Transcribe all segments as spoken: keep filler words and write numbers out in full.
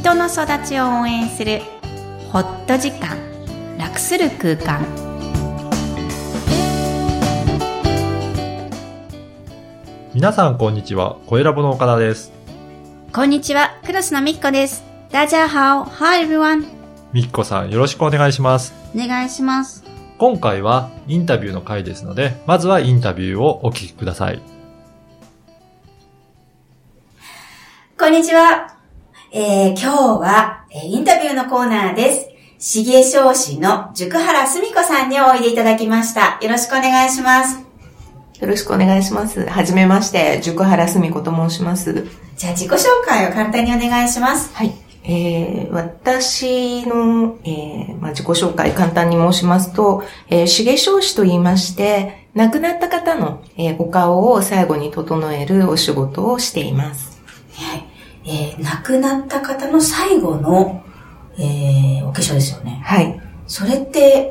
人の育ちを応援するホット時間、楽する空間。 皆さんこんにちは、声ラボの岡田です。 こんにちは、クロスのみきこです。大家好、Hi everyone。 みきこさん、よろしくお願いします。 お願いします。 今回はインタビューの回ですので、まずはインタビューをお聞きください。 こんにちは。えー、今日は、えー、インタビューのコーナーです。重商市の塾原すみ子さんにおいでいただきました。よろしくお願いします。 よろしくお願いします。はじめまして、塾原すみ子と申します。 じゃあ自己紹介を簡単にお願いします。 はい。えー、私の、えーまあ、自己紹介簡単に申しますと、えー、重商市と言いまして、亡くなった方の、えー、お顔を最後に整えるお仕事をしています。 はい。えー、亡くなった方の最後の、えー、お化粧ですよね。 はい。 それって、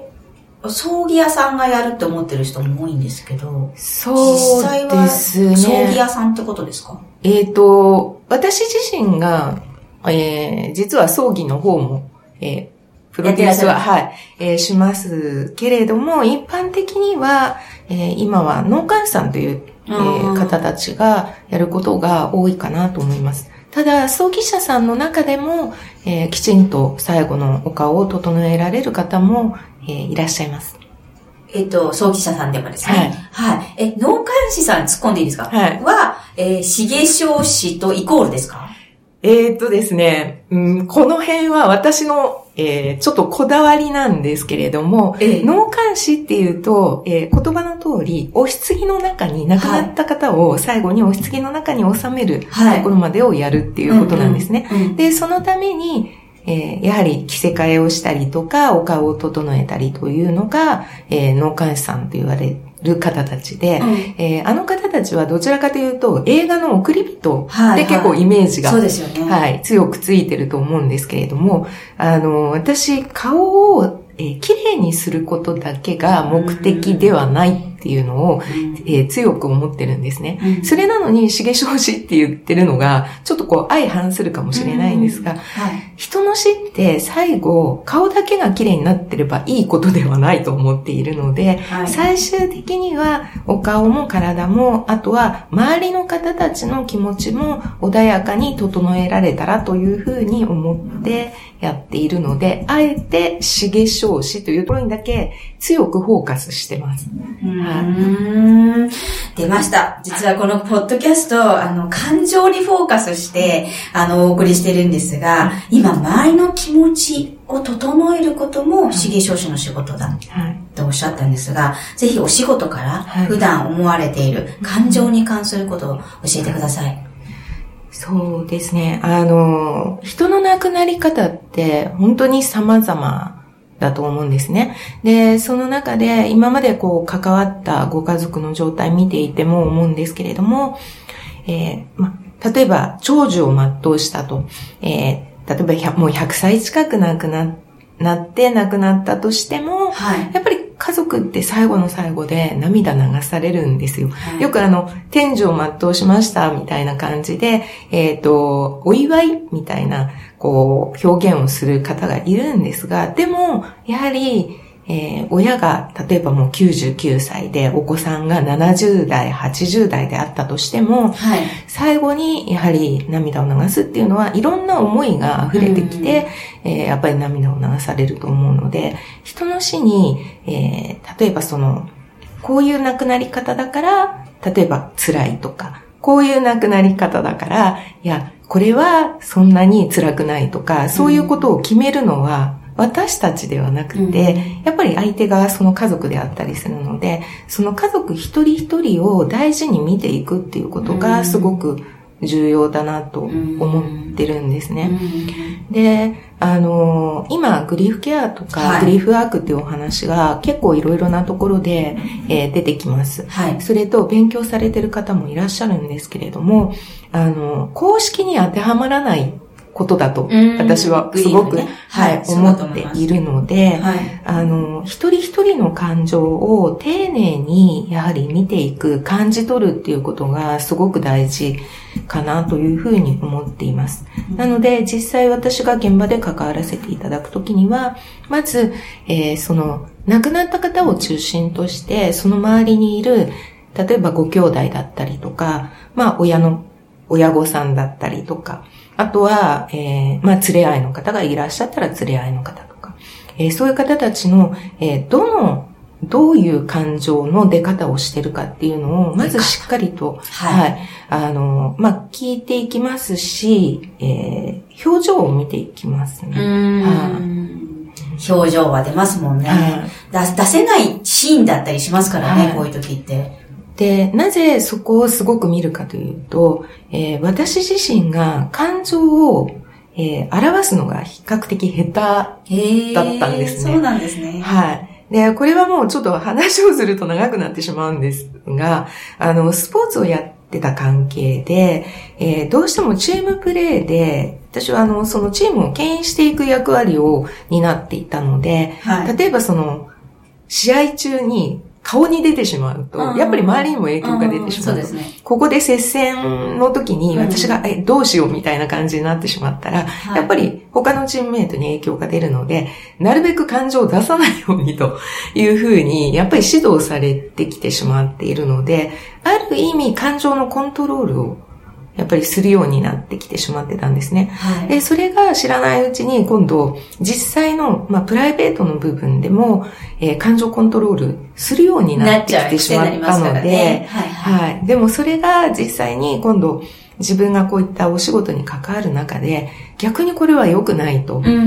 葬儀屋さんがやるって思ってる人も多いんですけど、 そうですね。 実際は葬儀屋さんってことですか？ えっと、私自身が、えー、実は葬儀の方も、えー、プロデュースは、はい、えー、しますけれども、一般的には、えー、今は納棺師さんという、えー、方たちがやることが多いかなと思います。ただ、葬儀社さんの中でも、えー、きちんと最後のお顔を整えられる方も、えー、いらっしゃいます。 えっと、葬儀社さんでもですね。はい。はい。え、納棺師さん突っ込んでいいですか？はい。は、えー、重商市とイコールですか？ えー、っとですね、うん、この辺は私の、えー、ちょっとこだわりなんですけれども、えー、納棺師っていうと、えー、言葉の通り、お棺の中に亡くなった方を最後にお棺の中に収めるところまでをやるっていうことなんですね。はいうんうん、で、そのために、えー、やはり着せ替えをしたりとか、お顔を整えたりというのが、えー、納棺師さんと言われる方たちで、うんえー、あの方たちはどちらかというと、映画の送り人で結構イメージが、 はいはい、そうですよね。 はい、強くついてると思うんですけれども、あの、私、顔を、えー、綺麗にすることだけが目的ではないっていうのを、うんえー、強く思ってるんですね、うん。それなのに、重商市って言ってるのが、ちょっとこう相反するかもしれないんですが、うんはい、人の死って最後、顔だけが綺麗になってればいいことではないと思っているので、はい、最終的にはお顔も体も、あとは周りの方たちの気持ちも穏やかに整えられたらというふうに思ってやっているので、あえて重商市というところにだけ強くフォーカスしてます。 うんうーん出ました。実はこのポッドキャスト、あの、感情にフォーカスして、あの、お送りしてるんですが、今、周りの気持ちを整えることも、重商市の仕事だ、とおっしゃったんですが、ぜひお仕事から普段思われている感情に関することを教えてください。 そうですね。あの、人の亡くなり方って、本当に様々、だと思うんですね。で、その中で今までこう関わったご家族の状態見ていても思うんですけれども、えー、ま、例えば長寿を全うしたと、えー、例えばもうひゃくさい近く亡くな、なって亡くなったとしても、はい、やっぱり家族って最後の最後で涙流されるんですよ。はい、よくあの、天寿を全うしましたみたいな感じで、えっと、お祝いみたいな、こう、表現をする方がいるんですが、でも、やはり、えー、親が、例えばもうきゅうじゅうきゅうさいで、お子さんがななじゅうだい、はちじゅうだいであったとしても、はい、最後にやはり涙を流すっていうのは、いろんな思いが溢れてきて、えー、やっぱり涙を流されると思うので、人の死に、えー、例えばその、こういう亡くなり方だから、例えば辛いとか、こういう亡くなり方だから、いや、これはそんなに辛くないとか、そういうことを決めるのは私たちではなくて、やっぱり相手がその家族であったりするので、その家族一人一人を大事に見ていくっていうことがすごく重要だなと思ってるんですね。で、あの、今、グリーフケアとか、はい、グリーフワークっていうお話が結構いろいろなところで、えー、出てきます、はい。それと勉強されてる方もいらっしゃるんですけれども、あの、公式に当てはまらないことだと、私はすごく、ね、はい、はい、思っているので、はい、あの、一人一人の感情を丁寧にやはり見ていく、感じ取るっていうことがすごく大事かなというふうに思っています。うん、なので、実際私が現場で関わらせていただくときには、まず、えー、その、亡くなった方を中心として、その周りにいる、例えばご兄弟だったりとか、まあ、親の、親御さんだったりとか、あとは、えー、まあ、連れ合いの方がいらっしゃったら連れ合いの方とか、えー、そういう方たちの、えー、どの、どういう感情の出方をしてるかっていうのを、まずしっかりと、はい、はい、あの、まあ、聞いていきますし、えー、表情を見ていきますね。 うーん、はい、表情は出ますもんね、はい出。出せないシーンだったりしますからね、はい、こういう時って。 で、なぜそこをすごく見るかというと、えー、私自身が感情を、えー、表すのが比較的下手だったんですね。 そうなんですね。 はい。で、これはもうちょっと話をすると長くなってしまうんですが、あの、スポーツをやってた関係で、えー、どうしてもチームプレーで、私はあの、そのチームを牽引していく役割を担っていたので、はい、例えばその、試合中に、顔に出てしまうと、やっぱり周りにも影響が出てしまうと。そうですね。ここで接戦の時に私が、え、どうしようみたいな感じになってしまったら、はい、やっぱり他のチームメイトに影響が出るので、なるべく感情を出さないようにというふうに、やっぱり指導されてきてしまっているので、ある意味感情のコントロールをやっぱりするようになってきてしまってたんですね。はい、で、それが知らないうちに今度実際の、まあ、プライベートの部分でも、えー、感情コントロールするようになってきてしまったので、ね、はい、はい、でもそれが実際に今度自分がこういったお仕事に関わる中で逆にこれは良くないと。うんうん、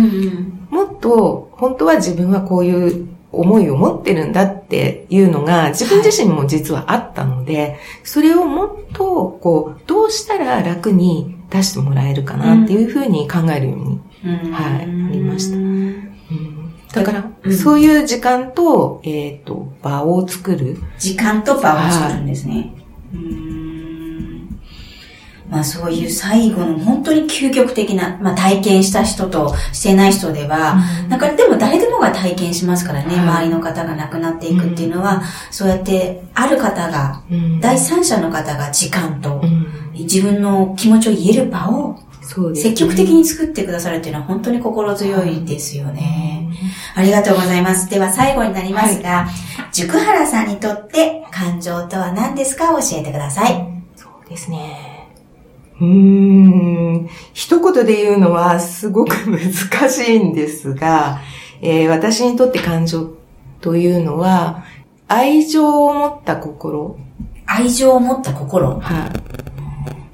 もっと本当は自分はこういう思いを持ってるんだっていうのが自分自身も実はあったので、はい、それをもっとこうどうしたら楽に出してもらえるかなっていうふうに考えるように、うん、はい、なりました。うん、だから、うん、そういう時間と、えっと、場を作る。 時間と場を作るんですね。はい、うーんまあそういう最後の本当に究極的な、まあ体験した人としてない人では、うん、なんかでも誰でもが体験しますからね、はい、周りの方が亡くなっていくっていうのは、うん、そうやってある方が、うん、第三者の方が時間と、うん、自分の気持ちを言える場を、積極的に作ってくださるっていうのは本当に心強いですよね。うん、ありがとうございます。では最後になりますが、はい、塾原さんにとって感情とは何ですか教えてください。 そうですね。うーん、一言で言うのはすごく難しいんですが、えー、私にとって感情というのは愛情を持った心。 愛情を持った心。 はい。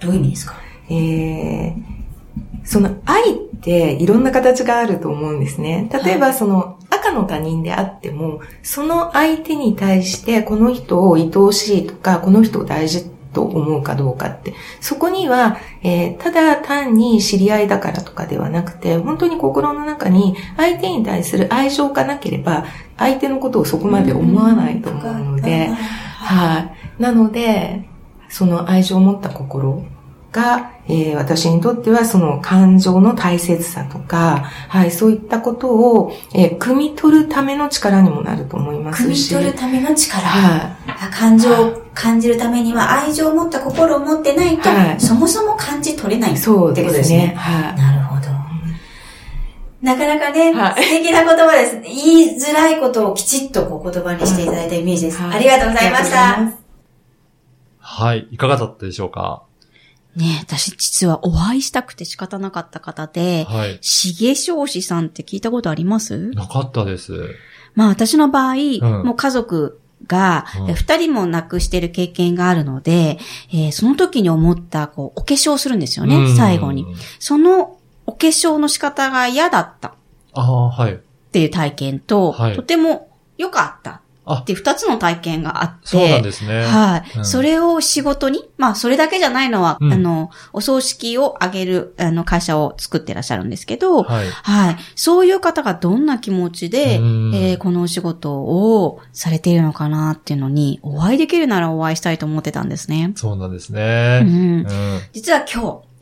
どういう意味ですか？ えー、その愛っていろんな形があると思うんですね。例えばその赤の他人であっても、その相手に対してこの人を愛おしいとか、この人を大事と思うかどうかって、そこには、えー、ただ単に知り合いだからとかではなくて、本当に心の中に相手に対する愛情がなければ、相手のことをそこまで思わないと思うので、はい。なので、その愛情を持った心が、えー、私にとってはその感情の大切さとか、はい、そういったことを、えー、汲み取るための力にもなると思いますし。 汲み取るための力。はい。感情を感じるためには愛情を持った心を持ってないと、はい、そもそも感じ取れないってことですね。そうですね。はい。なるほど。なかなかね、はい、素敵な言葉です。言いづらいことをきちっとこう言葉にしていただいたイメージです。はい、ありがとうございました。 はい。いかがだったでしょうか？ ねえ、私実はお会いしたくて仕方なかった方で、はい。重翔子さんって聞いたことあります？ なかったです。 まあ私の場合、うん、もう家族が二人も亡くしてる経験があるので、えー、その時に思ったこうお化粧をするんですよね、最後に。そのお化粧の仕方が嫌だった。 ああ、はい。 っていう体験と、はい、とても良かった。っていう二つの体験があって。 そうなんですね。 はい、うん。それを仕事に、まあそれだけじゃないのは、うん、あの、お葬式をあげる、あの、会社を作ってらっしゃるんですけど、はい。はい。そういう方がどんな気持ちで、えー、このお仕事をされているのかなっていうのに、お会いできるならお会いしたいと思ってたんですね。 そうなんですね。 うん。うん、実は今日、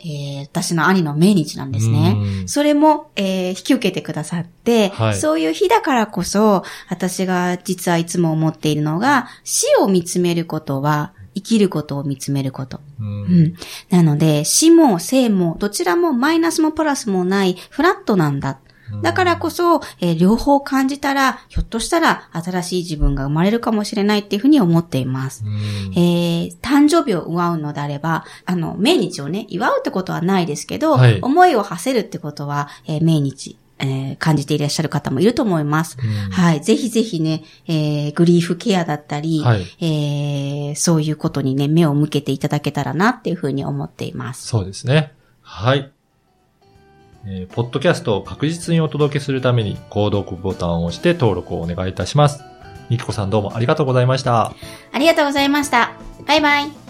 えー、私の兄の命日なんですね。それも、えー、引き受けてくださって、はい、そういう日だからこそ、私が実はいつも思っているのが、死を見つめることは、生きることを見つめること。うん、うん。なので、死も生も、どちらもマイナスもプラスもないフラットなんだ。だからこそ、えー、両方感じたら、ひょっとしたら新しい自分が生まれるかもしれないっていうふうに思っています。えー、誕生日を祝うのであれば、あの、命日をね、祝うってことはないですけど、はい、思いを馳せるってことは、えー、命日。えー、感じていらっしゃる方もいると思います。はい。ぜひぜひね、えー、グリーフケアだったり、はい、えー、そういうことにね、目を向けていただけたらなっていうふうに思っています。 そうですね。はい。えー、ポッドキャストを確実にお届けするために、購読ボタンを押して登録をお願いいたします。みきこさんどうもありがとうございました。 ありがとうございました。バイバイ。